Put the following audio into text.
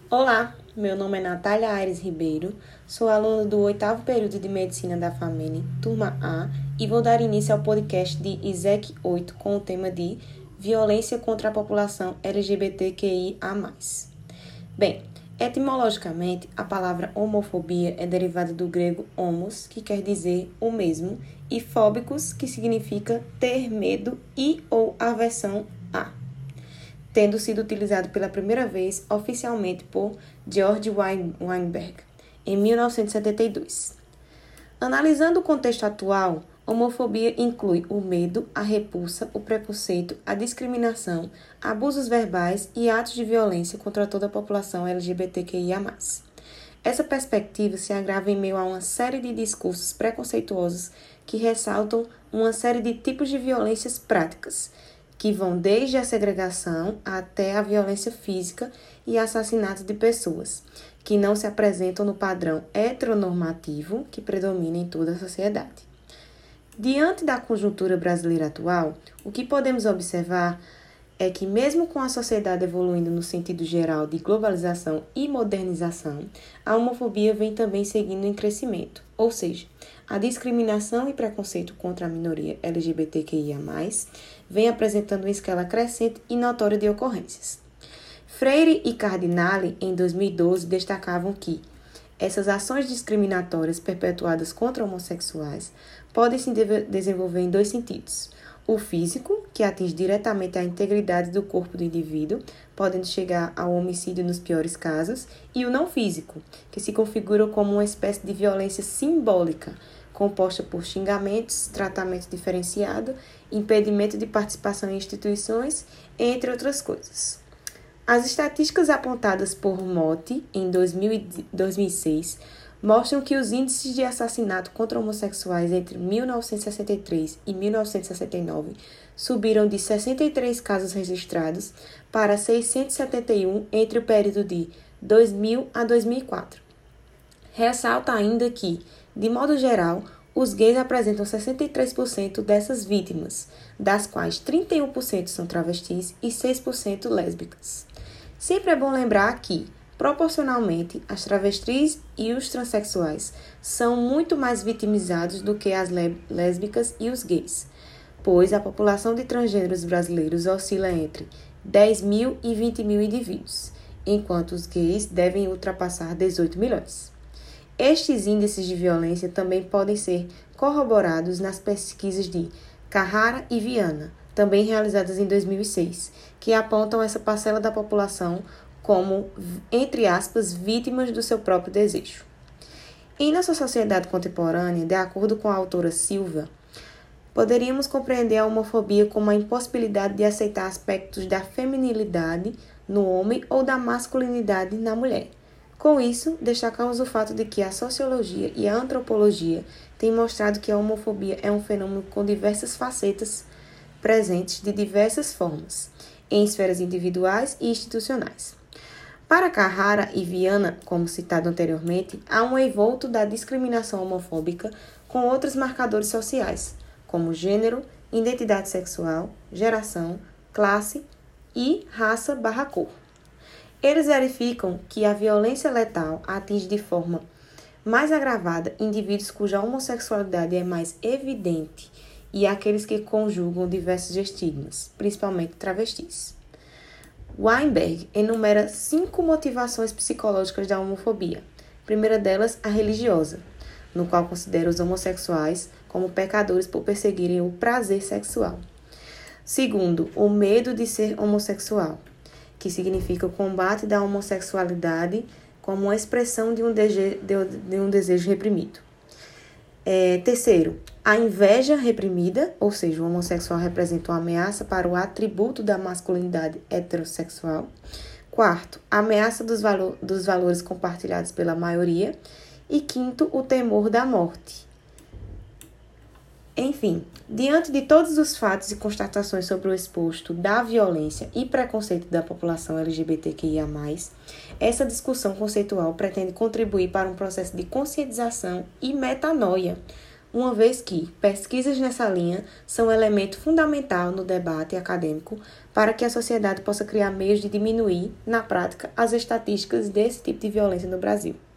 Olá, meu nome é Natália Aires Ribeiro, sou aluna do 8º período de Medicina da FAMENE, turma A, e vou dar início ao podcast de ISEC 8 com o tema de Violência contra a população LGBTQIA+. Bem, etimologicamente, a palavra homofobia é derivada do grego homos, que quer dizer o mesmo, e fóbicos, que significa ter medo e ou aversão a, tendo sido utilizado pela primeira vez oficialmente por George Weinberg, em 1972. Analisando o contexto atual, homofobia inclui o medo, a repulsa, o preconceito, a discriminação, abusos verbais e atos de violência contra toda a população LGBTQIA+. Essa perspectiva se agrava em meio a uma série de discursos preconceituosos que ressaltam uma série de tipos de violências práticas, que vão desde a segregação até a violência física e assassinato de pessoas, que não se apresentam no padrão heteronormativo que predomina em toda a sociedade. Diante da conjuntura brasileira atual, o que podemos observar é que, mesmo com a sociedade evoluindo no sentido geral de globalização e modernização, a homofobia vem também seguindo em crescimento, ou seja, a discriminação e preconceito contra a minoria LGBTQIA+, vem apresentando uma escala crescente e notória de ocorrências. Freire e Cardinale, em 2012, destacavam que essas ações discriminatórias perpetuadas contra homossexuais podem se desenvolver em dois sentidos. O físico, que atinge diretamente a integridade do corpo do indivíduo, podendo chegar ao homicídio nos piores casos, e o não físico, que se configura como uma espécie de violência simbólica, composta por xingamentos, tratamento diferenciado, impedimento de participação em instituições, entre outras coisas. As estatísticas apontadas por Motti em 2006 mostram que os índices de assassinato contra homossexuais entre 1963 e 1969 subiram de 63 casos registrados para 671 entre o período de 2000 a 2004. Ressalta ainda que, de modo geral, os gays apresentam 63% dessas vítimas, das quais 31% são travestis e 6% lésbicas. Sempre é bom lembrar que, proporcionalmente, as travestis e os transexuais são muito mais vitimizados do que as lésbicas e os gays, pois a população de transgêneros brasileiros oscila entre 10 mil e 20 mil indivíduos, enquanto os gays devem ultrapassar 18 milhões. Estes índices de violência também podem ser corroborados nas pesquisas de Carrara e Viana, também realizadas em 2006, que apontam essa parcela da população como, entre aspas, vítimas do seu próprio desejo. Em nossa sociedade contemporânea, de acordo com a autora Silva, poderíamos compreender a homofobia como a impossibilidade de aceitar aspectos da feminilidade no homem ou da masculinidade na mulher. Com isso, destacamos o fato de que a sociologia e a antropologia têm mostrado que a homofobia é um fenômeno com diversas facetas presentes de diversas formas, em esferas individuais e institucionais. Para Carrara e Viana, como citado anteriormente, há um envolto da discriminação homofóbica com outros marcadores sociais, como gênero, identidade sexual, geração, classe e raça/cor. Eles verificam que a violência letal atinge de forma mais agravada indivíduos cuja homossexualidade é mais evidente e aqueles que conjugam diversos estigmas, principalmente travestis. Weinberg enumera 5 motivações psicológicas da homofobia. A primeira delas, a religiosa, no qual considera os homossexuais como pecadores por perseguirem o prazer sexual. Segundo, o medo de ser homossexual, que significa o combate da homossexualidade como uma expressão de um desejo reprimido. Terceiro, a inveja reprimida, ou seja, o homossexual representa uma ameaça para o atributo da masculinidade heterossexual. Quarto, a ameaça dos valores compartilhados pela maioria. E quinto, o temor da morte. Enfim, diante de todos os fatos e constatações sobre o exposto da violência e preconceito da população LGBTQIA+, essa discussão conceitual pretende contribuir para um processo de conscientização e metanoia, uma vez que pesquisas nessa linha são um elemento fundamental no debate acadêmico para que a sociedade possa criar meios de diminuir, na prática, as estatísticas desse tipo de violência no Brasil.